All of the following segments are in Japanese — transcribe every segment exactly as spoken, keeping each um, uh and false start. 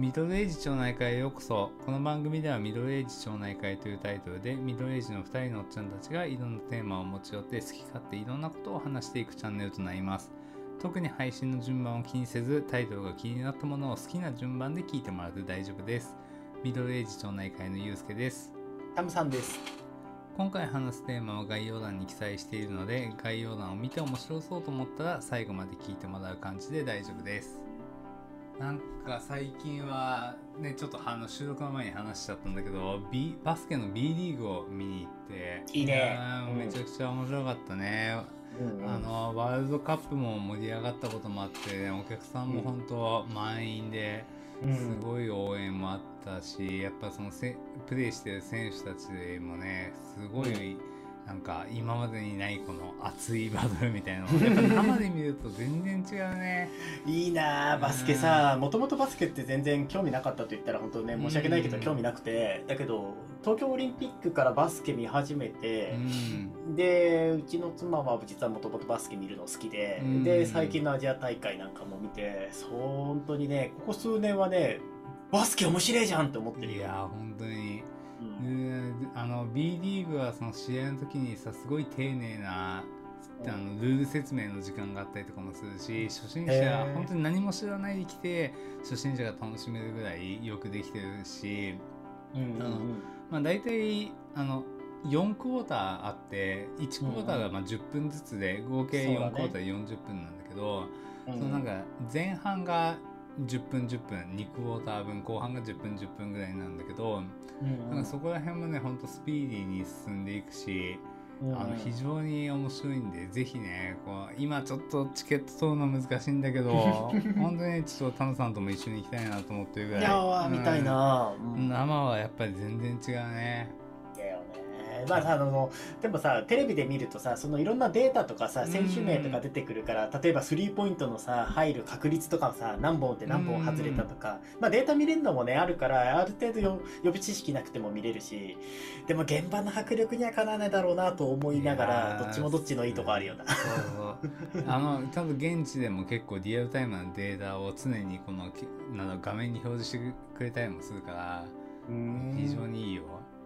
ミドルエイジ町内会へようこそ。この番組ではミドルエイジ町内会というタイトルでミドルエイジのふたりのおっちゃんたちがいろんなテーマを持ち寄って好き勝手いろんなことを話していくチャンネルとなります。特に配信の順番を気にせず、タイトルが気になったものを好きな順番で聞いてもらって大丈夫です。ミドルエイジ町内会のゆうすけです。 タムさんです。 今回話すテーマは概要欄に記載しているので、概要欄を見て面白そうと思ったら最後まで聞いてもらう感じで大丈夫です。なんか最近はね、ちょっとあの収録の前に話しちゃったんだけど、B、バスケの B リーグを見に行っていいね、 いめちゃくちゃ面白かったね、うんうん、あのワールドカップも盛り上がったこともあって、お客さんも本当満員で、すごい応援もあったし、やっぱそのせプレーしてる選手たちもね、すごいなんか今までにないこの熱いバトルみたいなのやっぱ生で見ると全然違うね。 いいなバスケさ、もともとバスケって全然興味なかったと言ったら本当ね申し訳ないけど興味なくて、だけど東京オリンピックからバスケ見始めて、うん、でうちの妻は実はもともとバスケ見るの好きで、うん、で最近のアジア大会なんかも見て、そう本当にねここ数年はねバスケ面白いじゃんって思ってるよ。 いや本当にうん、あの B リーグはその試合の時にさすごい丁寧なあのルール説明の時間があったりとかもするし、初心者本当に何も知らないで来て初心者が楽しめるぐらいよくできてるし、うんうんうん、あのまあ、大体あのよんクォーターあっていちクォーターがまあじゅっぷんずつで合計よんクォーターよんじゅっぷんなんだけど、そのなんか前半がじゅっぷんじゅっぷんにクォーター分、後半がじゅっぷんじゅっぷんぐらいなんだけど、うんうん、なんかそこら辺もねほんとスピーディーに進んでいくし、うんうん、あの非常に面白いんで、ぜひねこう今ちょっとチケット取るの難しいんだけど本当にちょっとタムさんとも一緒に行きたいなと思ってるぐらい。 いやー、見たいな、 うん、生はやっぱり全然違うね。 まあ、あのでもさテレビで見るとさ、そのいろんなデータとかさ選手名とか出てくるから、例えばスリーポイントのさ入る確率とかさ何本って何本外れたとか、まあ、データ見れるのもねあるから、ある程度予備知識なくても見れるし、でも現場の迫力にはかなわないだろうなと思いながら、どっちもどっちのいいとこあるよな。 そうそうあの多分現地でも結構リアルタイムなデータを常にこのなん画面に表示してくれたりもするから、非常にいいよ。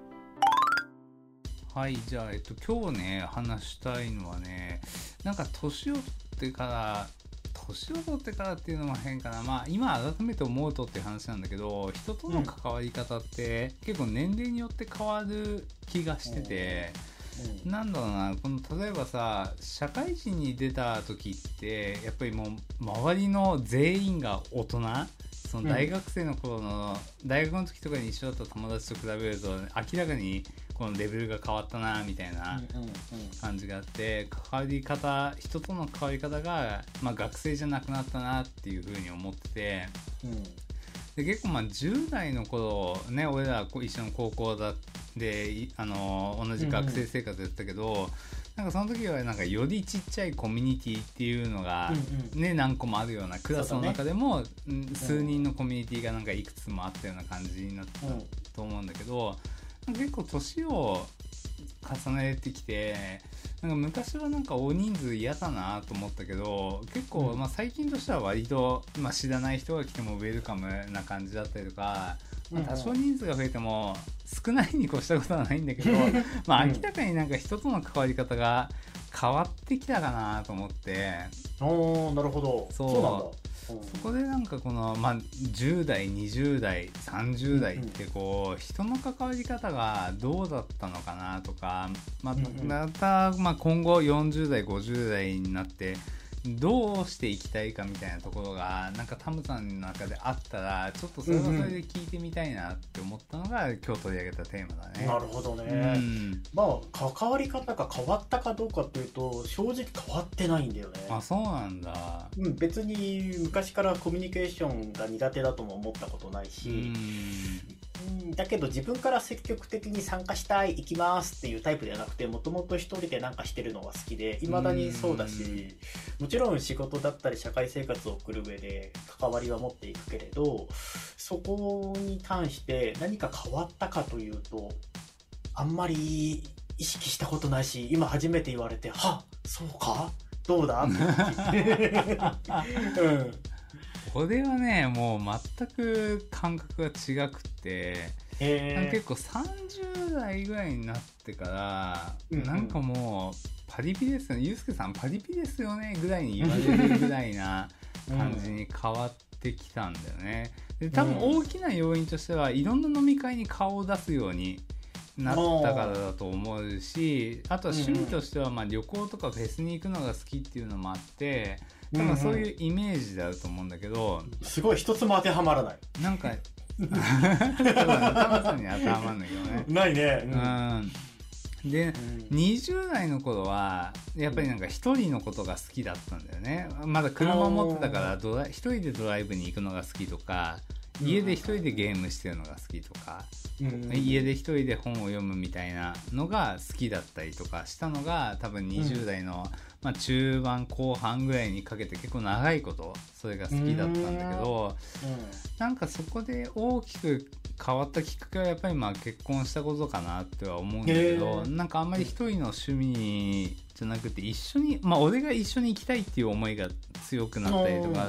はい、じゃあ、えっと、今日ね、話したいのはね、なんか年を取ってから、年を取ってからっていうのも変かな。まあ、今改めて思うとっていう話なんだけど、人との関わり方って結構年齢によって変わる気がしてて、うん、なんだろうな、この例えばさ、社会人に出た時って、やっぱりもう周りの全員が大人、その大学生の頃の、うん、大学の時とかに一緒だった友達と比べると明らかにこのレベルが変わったなみたいな感じがあって、関わり方人との関わり方が、まあ、学生じゃなくなったなっていう風に思ってて、うん、で結構まあじゅう代の頃ね、俺ら一緒の高校だであの同じ学生生活やってたけど、うんうん、なんかその時はなんかよりちっちゃいコミュニティっていうのがね、何個もあるようなクラスの中でも数人のコミュニティがなんかいくつもあったような感じになったと思うんだけど、結構年を重ねてきて、なんか昔はなんか大人数嫌だなと思ったけど、結構まあ最近としては割とまあ知らない人が来てもウェルカムな感じだったりとか、まあ、多少人数が増えても少ないに越したことはないんだけどまあ明らかになんか人との関わり方が変わってきたかなと思って。 おー、なるほど。 そう、 そうなんだ。 そこでなんかこの、まあ、じゅう代にじゅう代さんじゅう代ってこう人の関わり方がどうだったのかなとか、まあ、また、まあ、今後よんじゅう代ごじゅう代になってどうしていきたいかみたいなところがなんかタムさんの中であったら、ちょっとそれはそれで聞いてみたいなって思ったのが今日取り上げたテーマだね。 なるほどね、うん、まあ関わり方が変わったかどうかっていうと正直変わってないんだよね。 あ、そうなんだ。 うん、別に昔からコミュニケーションが苦手だとも思ったことないし、うん、だけど自分から積極的に参加したい、行きますっていうタイプではなくて、もともと一人でなんかしてるのが好きで、未だにそうだし、もちろん仕事だったり社会生活を送る上で関わりは持っていくけれど、そこに関して何か変わったかというとあんまり意識したことないし、今初めて言われて、はっ、そうかどうだって、うん、 俺はねもう全く感覚が違くて、 えー、 結構さんじゅう代ぐらいになってから、 うんうん、 なんかもうパリピですよね、ゆうすけさんパリピですよねぐらいに言われるぐらいな感じに変わってきたんだよね。で多分大きな要因としてはいろんな飲み会に顔を出すようになったからだと思うし、あとは趣味としてはまあ旅行とかフェスに行くのが好きっていうのもあって、多分そういうイメージであると思うんだけど、 うんうん、すごい一つも当てはまらない。 なんかそうだね、タマさんに当てはまるんだけどね。 ないね。 うん。うん、で、うん、にじゅう代の頃はやっぱりなんか一人のことが好きだったんだよね。まだ車を持ってたからドラ一人でドライブに行くのが好きとか、家で一人でゲームしてるのが好きとか、うん、家で一人で本を読むみたいなのが好きだったりとかしたのが多分にじゅう代の、うんまあ、中盤後半ぐらいにかけて結構長いことそれが好きだったんだけど、うん、なんかそこで大きく変わったきっかけはやっぱりまあ結婚したことかなっては思うんだけど、なんかあんまり一人の趣味じゃなくて一緒に、まあ俺が一緒に行きたいっていう思いが強くなったりとか、うん、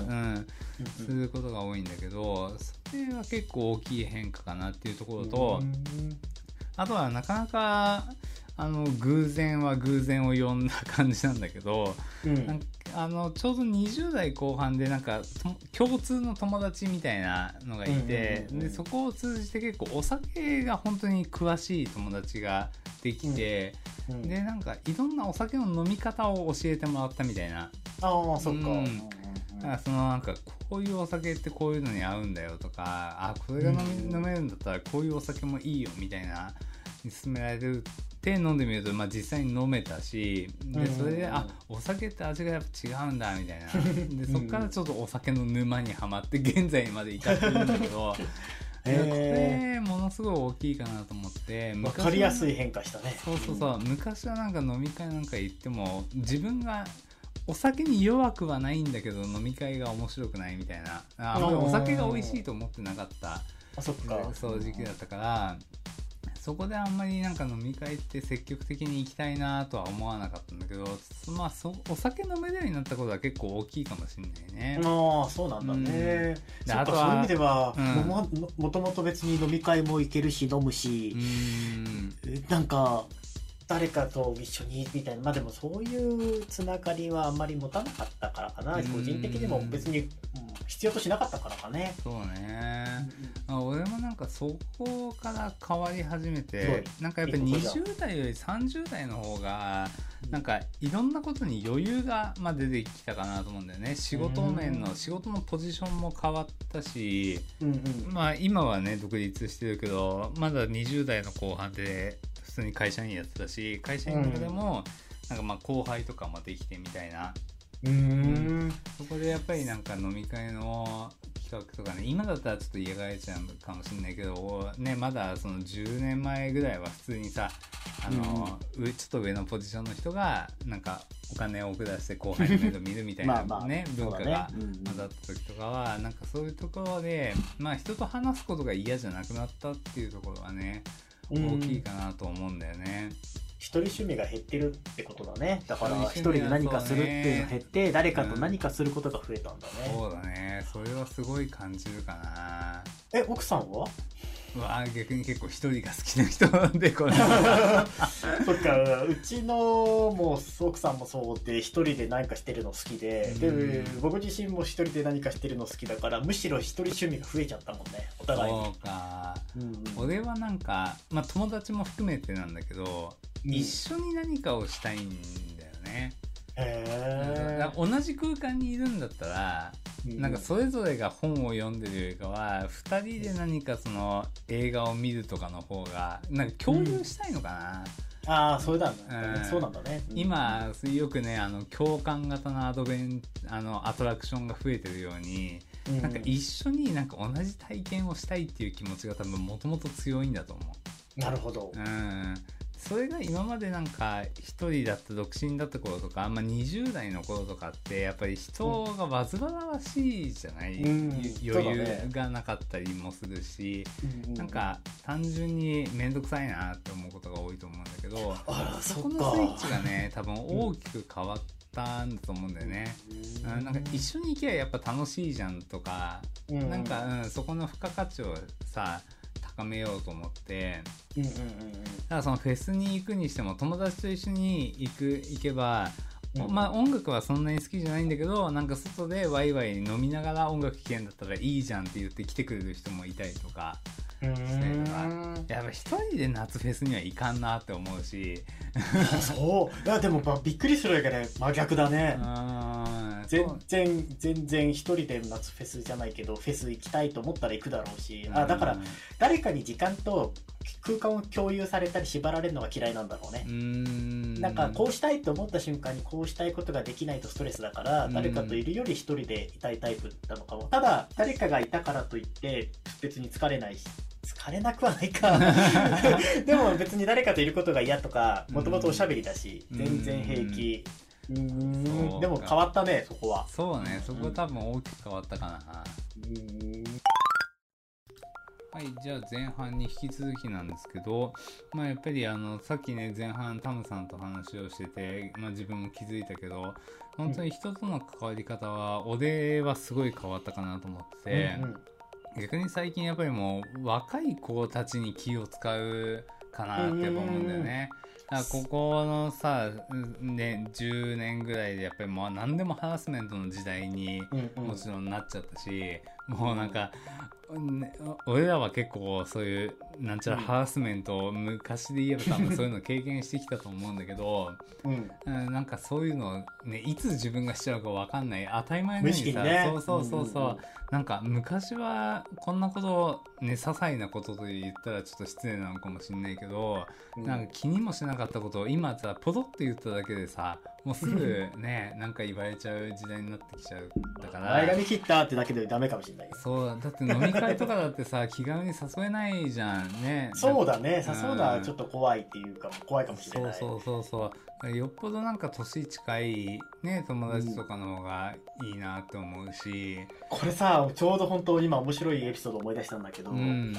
することが多いんだけど、それは結構大きい変化かなっていうところと、あとはなかなかあの偶然は偶然を呼んだ感じなんだけど、うん、なんかあのちょうどにじゅう代後半でなんか共通の友達みたいなのがいて、でそこを通じて結構お酒が本当に詳しい友達ができて、うんうん、でなんかいろんなお酒の飲み方を教えてもらったみたいな。 ああそっか、うん、 だからそのなんかこういうお酒ってこういうのに合うんだよとか、あこれが飲み、飲めるんだったらこういうお酒もいいよみたいなに勧められるって飲んでみると、まあ、実際に飲めたし、でそれで、うん、あお酒って味がやっぱ違うんだみたいなでそこからちょっとお酒の沼にはまって現在まで至ってるんだけどこれものすごい大きいかなと思って、 分かりやすい変化したね。 そうそうそう、昔はなんか飲み会なんか行っても自分がお酒に弱くはないんだけど飲み会が面白くないみたいな、あんまりお酒が美味しいと思ってなかったそう時期だったから、そこであんまりなんか飲み会って積極的に行きたいなとは思わなかったんだけど、まあそお酒飲めるようになったことは結構大きいかもしれないね。 ああそうなんだね、うん、あとはそういう意味では、うん、も, もともと別に飲み会も行けるし飲むし、うん、なんか誰かと一緒にみたいな、まあでもそういうつながりはあんまり持たなかったからかな、個人的にも別に、うん、必要としなかったからかね。 そうね、うん、まあ、俺もなんかそこから変わり始めて、なんかやっぱりにじゅう代よりさんじゅう代の方がなんかいろんなことに余裕がまあ出てきたかなと思うんだよね。仕事面の仕事のポジションも変わったし、うんうん、まあ今はね独立してるけどまだにじゅう代の後半で普通に会社員やってたし、会社員の中でもなんかまあ後輩とかもできてみたいな、うーん、うん、そこでやっぱりなんか飲み会の企画とかね、今だったらちょっと嫌がられちゃうかもしれないけどね、まだそのじゅうねんまえぐらいは普通にさ、あの、うん、ちょっと上のポジションの人がなんかお金を下して後輩の面倒見るみたいなねまあ、まあ、文化がまだあった時とかは、なんかそういうところでまあ人と話すことが嫌じゃなくなったっていうところはね大きいかなと思うんだよね。 一人趣味が減ってるってことだね。だから一人で何かするっていうのが減って、誰かと何かすることが増えたんだね、 うん、そうだね、それはすごい感じるかな。 え奥さんはうわ逆に結構一人が好きな人なんでこれそっか、うちのもう奥さんもそうで一人で何かしてるの好きで、で僕自身も一人で何かしてるの好きだから、むしろ一人趣味が増えちゃったもんね、お互いに。そうか、うんうん、俺はなんか、まあ、友達も含めてなんだけど、うん、一緒に何かをしたいんだよね。へ同じ空間にいるんだったら、うん、なんかそれぞれが本を読んでるよりかはふたりで何かその映画を見るとかの方がなんか共有したいのかな、うん、ああそうなんだね、うん、そうなんだね、 うん、今よくねあの共感型のアドベンあのアトラクションが増えてるように、うん、なんか一緒になんか同じ体験をしたいっていう気持ちが多分もともと強いんだと思う。 なるほど、 うんそれが今までなんか一人だった独身だった頃とか、あんまにじゅう代の頃とかってやっぱり人が煩わしいじゃない、うん、余裕がなかったりもするし、うん、なんか単純に面倒くさいなって思うことが多いと思うんだけど、そこのスイッチがね多分大きく変わっったんだと思うんだよね。 うん、 なんか一緒に行けばやっぱ楽しいじゃんとか、うん、なんか、うん、そこの付加価値をさ高めようと思って、 うんうんうんうん、 だからそのフェスに行くにしても友達と一緒に行く行けば、うん、まあ音楽はそんなに好きじゃないんだけど、なんか外でワイワイ飲みながら音楽聴けんだったらいいじゃんって言って来てくれる人もいたりとか。うーん、やっぱ一人で夏フェスには行かんなって思うしそういやでもびっくりするだけで真逆だね。全然全然一人で夏フェスじゃないけどフェス行きたいと思ったら行くだろうし、あだから誰かに時間と空間を共有されたり縛られるのが嫌いなんだろうね。うーん、なんかこうしたいと思った瞬間にこうしたいことができないとストレスだから、誰かといるより一人でいたいタイプなのかも。ただ誰かがいたからといって別に疲れないし、疲れなくはないかでも別に誰かといることが嫌とか、もともとおしゃべりだし全然平気。うーん、でも変わったねそこは。 そうね、そこ多分大きく変わったかな。うーん、はい、じゃあ前半に引き続きなんですけど、まあやっぱりあのさっきね前半タムさんと話をしてて、まあ自分も気づいたけど、本当に人との関わり方は俺はすごい変わったかなと思ってて、うんうん、逆に最近やっぱりもう若い子たちに気を使うかなって思うんだよね。だからここのさ、ね、じゅうねんぐらいでやっぱりもう何でもハラスメントの時代にもちろんなっちゃったし、もうなんか、ね、俺らは結構そういうなんちゃらハラスメントを昔で言えば多分そういうの経験してきたと思うんだけど、うん、なんかそういうのね、いつ自分がしちゃうか分かんない当たり前のようにさ、ね、そうそうそうそう、うんうん、なんか昔はこんなことね、些細なことと言ったらちょっと失礼なのかもしれないけど、うん、なんか気にもしなかったことを今さポロって言っただけでさ、もうすぐねなんか言われちゃう時代になってきちゃう。だから前髪切ったってだけでダメかもしれない。 そうだって飲み会とかだってさ気軽に誘えないじゃんね。 そうだね、誘うのはちょっと怖いっていうか、怖いかもしれない。 そうそうそうそう、よっぽどなんか年近いね友達とかの方がいいなって思うし、うん、 これさちょうど本当今面白いエピソード思い出したんだけど、うん、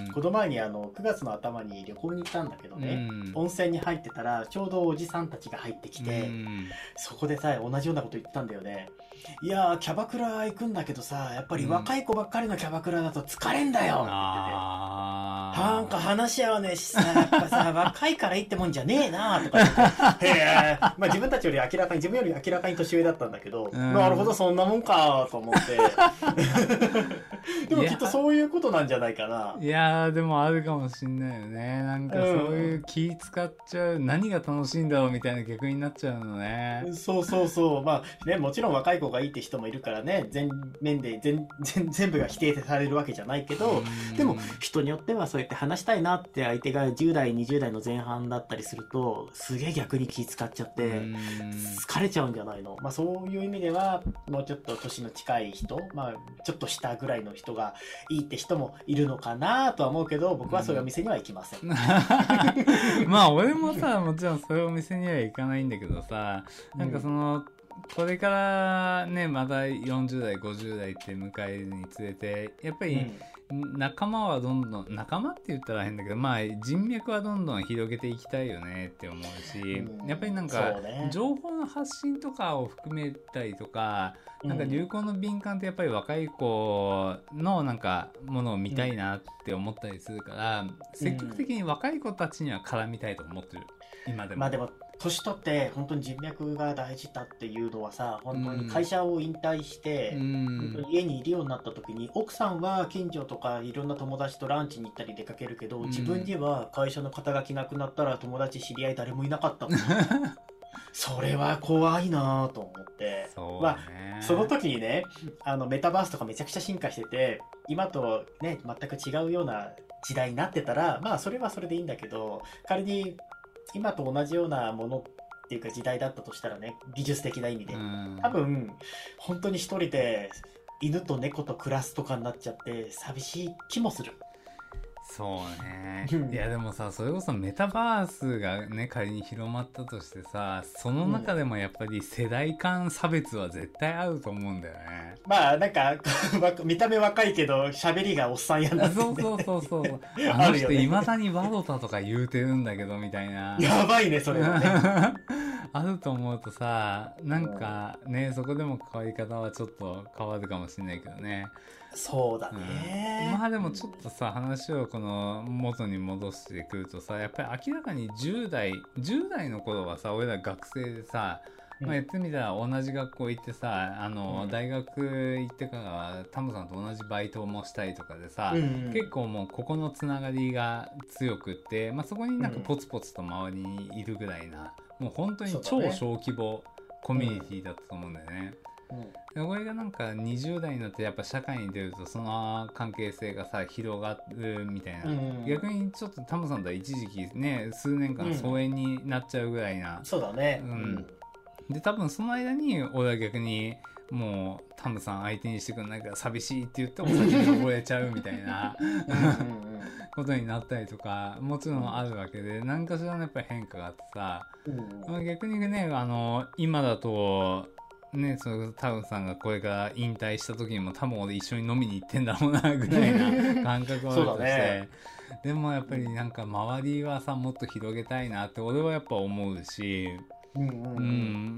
この前にあのくがつの頭に旅行に行ったんだけどね、うん、温泉に入ってたらちょうどおじさんたちが入ってきて、うん、そこでさ同じようなこと言ったんだよね。いやーキャバクラ行くんだけどさ、やっぱり若い子ばっかりのキャバクラだと疲れんだよって言ってて、なんか話合わねえしさ、やっぱさ若いからいいってもんじゃねえなとか言ってへえ、まあ自分たちより明らかに自分より明らかに年上だったんだけど、なるほどそんなもんかと思ってでもきっとそういうことなんじゃないかな。 いやーでもあるかもしんないよね。なんかそういう気使っちゃう、うん、何が楽しいんだろうみたいな逆になっちゃうのね。 そうそうそう、まあねもちろん若い子がいいって人もいるからね、全面で 全, 全, 全部が否定されるわけじゃないけど、でも人によってはそうやって話したいなって相手がじゅう代にじゅう代の前半だったりするとすげえ逆に気使っちゃって疲れちゃうんじゃないの。まあそういう意味ではもうちょっと年の近い人、まあちょっと下ぐらいの人がいいって人もいるのかなとは思うけど、僕はそういうお店には行きませんまあ俺もさもちろんそういうお店には行かないんだけどさ、なんかその、うん、これからねまだよんじゅう代ごじゅう代って迎えるにつれてやっぱり仲間はどんどん、仲間って言ったら変だけど、まあ人脈はどんどん広げていきたいよねって思うし、うん、やっぱりなんか、ね、情報の発信とかを含めたりとか、なんか流行の敏感ってやっぱり若い子のなんかものを見たいなって思ったりするから、うん、積極的に若い子たちには絡みたいと思ってる、今でも。 まあでも年取って本当に人脈が大事だっていうのはさ、本当に会社を引退して、うん、本当に家にいるようになった時に奥さんは近所とかいろんな友達とランチに行ったり出かけるけど、自分には会社の肩書きなくなったら友達知り合い誰もいなかったそれは怖いなと思って、そう、まあ、その時にねあのメタバースとかめちゃくちゃ進化してて今とね全く違うような時代になってたら、まあそれはそれでいいんだけど、仮に今と同じようなものっていうか時代だったとしたらね、技術的な意味で多分本当に一人で犬と猫と暮らすとかになっちゃって寂しい気もする。 そうねいやでもさ、それこそメタバースがね仮に広まったとしてさ、その中でもやっぱり世代間差別は絶対あると思うんだよね。 まあなんか見た目若いけど喋りがおっさんやなって、ね、 そうそうそうそうあの人いまだにワロタとか言うてるんだけどみたいなやばいねそれはねあると思うとさ、なんかね、そこでも変わり方はちょっと変わるかもしれないけどね。 そうだね、 うん、まあでもちょっとさ、話をこの元に戻してくるとさ、やっぱり明らかにじゅう代じゅう代の頃はさ、俺ら学生でさ、まあ、やってみたら同じ学校行ってさ、あの、うん、大学行ってからタムさんと同じバイトもしたりとかでさ、うんうん、結構もうここのつながりが強くって、まあ、そこになんかポツポツと周りにいるぐらいな、うん、もう本当に超小規模コミュニティだったと思うんだよね。うん、これがなんかにじゅう代になってやっぱ社会に出るとその関係性がさ広がるみたいな、うん、逆にちょっとタムさんとは一時期ね数年間疎遠になっちゃうぐらいな、 うん、そうだね、 うん、で多分その間に俺は逆にもうタムさん相手にしてくれないから寂しいって言ってお酒に溺れちゃうみたいなことになったりとかもちろんあるわけで、何かしらのやっぱり変化があってさ、うんまあ、逆にねあの今だとね、そのタムさんがこれから引退した時にも多分俺一緒に飲みに行ってんだろうなぐらいな感覚をあるとして、ね、でもやっぱりなんか周りはさもっと広げたいなって俺はやっぱ思うし、うんうんうんうん、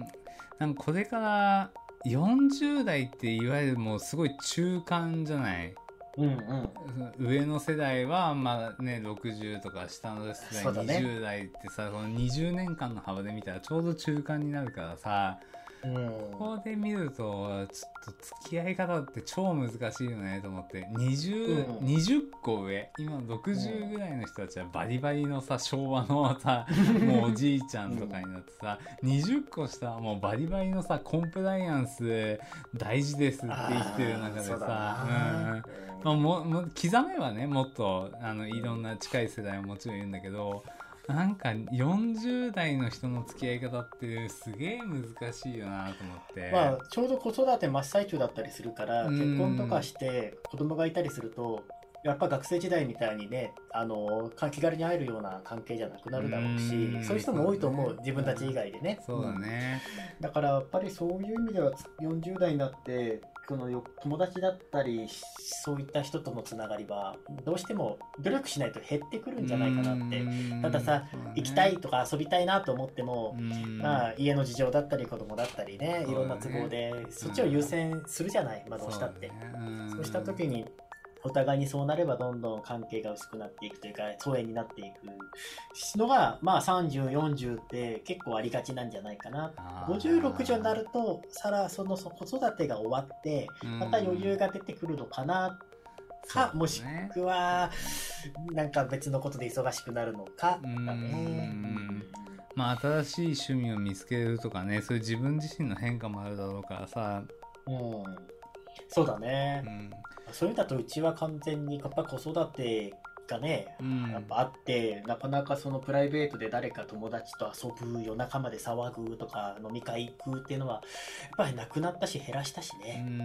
なんかこれからよんじゅう代っていわゆるもうすごい中間じゃない、うんうん、上の世代はまあねろくじゅうとか下の世代にじゅう代ってさ、ね、このにじゅうねんかんの幅で見たらちょうど中間になるからさ、うん、ここで見るとちょっと付き合い方って超難しいよねと思って 20,、うん、にじゅっこ上今のろくじゅうぐらいの人たちはバリバリのさ昭和のさもうおじいちゃんとかになってさ、うん、にじゅっこ下はもうバリバリのさコンプライアンス大事ですって生きてる中でさ、うんまあ、もも刻めばねもっとあのいろんな近い世代はもちろんいるんだけどなんかよんじゅう代の人の付き合い方ってすげえ難しいよなと思って、 まあ、ちょうど子育て真っ最中だったりするから結婚とかして子供がいたりするとやっぱ学生時代みたいにねあの気軽に会えるような関係じゃなくなるだろうし、うそういう人も多いと思う、自分たち以外でね。 そうだね、 うん、だからやっぱりそういう意味ではよんじゅう代になってこの友達だったりそういった人とのつながりはどうしても努力しないと減ってくるんじゃないかなって。たださ、ね、行きたいとか遊びたいなと思っても、まあ、家の事情だったり子供だったりねいろんな都合で そ,、ね、そっちを優先するじゃない、まあ、どうしたって。そう、ね、そうした時にお互いにそうなればどんどん関係が薄くなっていくというか疎遠になっていくのが、まあ、さんじゅう、よんじゅうって結構ありがちなんじゃないかな。ごじゅう、ろくじゅうになるとさらその子育てが終わってまた余裕が出てくるのかなか、もしくはなんか別のことで忙しくなるのかだね。 まあ、新しい趣味を見つけるとかねそういう自分自身の変化もあるだろうからさ、 うん、そうだね、うんそういうのだとうちは完全にやっぱ子育てがね、うん、やっぱあってなかなかそのプライベートで誰か友達と遊ぶ夜中まで騒ぐとか飲み会行くっていうのはやっぱりなくなったし減らしたしね。うん、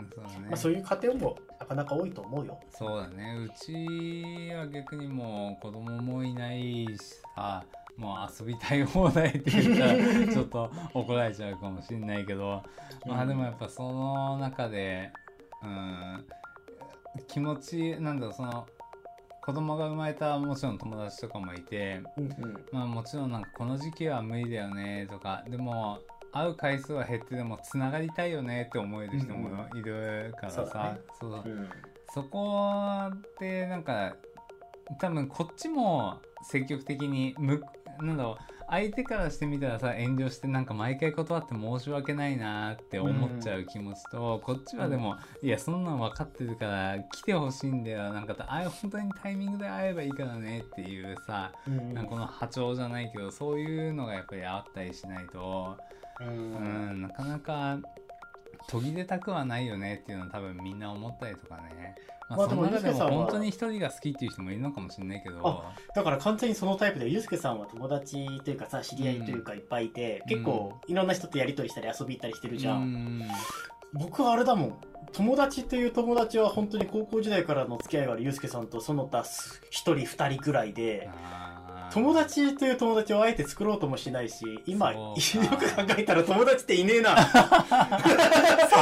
そうだね。まあ、そういう家庭もなかなか多いと思うよ。 そうだね。うちは逆にもう子供もいないしさもう遊びたい放題って言ったらちょっと怒られちゃうかもしれないけど、うん、まあでもやっぱその中でうん気持ちなんだろうその子供が生まれたもちろん友達とかもいて、うんうんまあ、もちろんなんかこの時期は無理だよねとかでも会う回数は減ってでもつながりたいよねって思える人もいるからさ、うんうん、そうだね、そうそう、うん、そこってなんか多分こっちも積極的にむなんだろう相手からしてみたらさ遠慮してなんか毎回断って申し訳ないなって思っちゃう気持ちと、うん、こっちはでも、うん、いやそんなん分かってるから来てほしいんだよなんかあ本当にタイミングで会えばいいからねっていうさ、うん、なんかこの波長じゃないけどそういうのがやっぱりあったりしないと、うんうん、なかなか途切れたくはないよねっていうのは多分みんな思ったりとかね。まあ、その中でも本当に一人が好きっていう人もいるのかもしれないけど、 あだから完全にそのタイプでユースケさんは友達というかさ知り合いというかいっぱいいて、うん、結構いろんな人とやり取りしたり遊び行ったりしてるじゃん、うん、僕はあれだもん友達という友達は本当に高校時代からの付き合いがあるユースケさんとその他一人二人くらいで友達という友達をあえて作ろうともしないし今よく考えたら友達っていねえなそう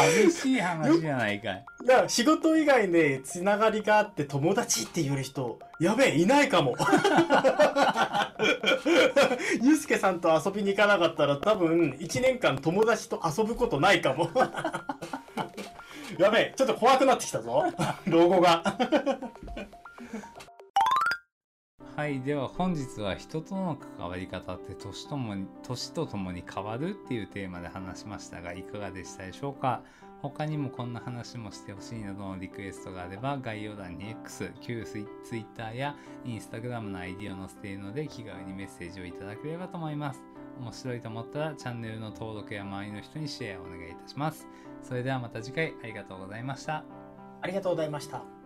寂しい話じゃないかい。 いや、仕事以外でつながりがあって友達って言える人、やべえ、いないかも。ゆうすけさんと遊びに行かなかったら多分いちねんかん友達と遊ぶことないかも。やべえ、ちょっと怖くなってきたぞ。老後が。 はい、では本日は人との関わり方って年ともに年とともに変わるっていうテーマで話しましたが、いかがでしたでしょうか。他にもこんな話もしてほしいなどのリクエストがあれば、概要欄に X、旧 Twitter や Instagram の アイディ を載せているので、気軽にメッセージをいただければと思います。面白いと思ったらチャンネルの登録や周りの人にシェアをお願いいたします。それではまた次回、ありがとうございました。 ありがとうございました。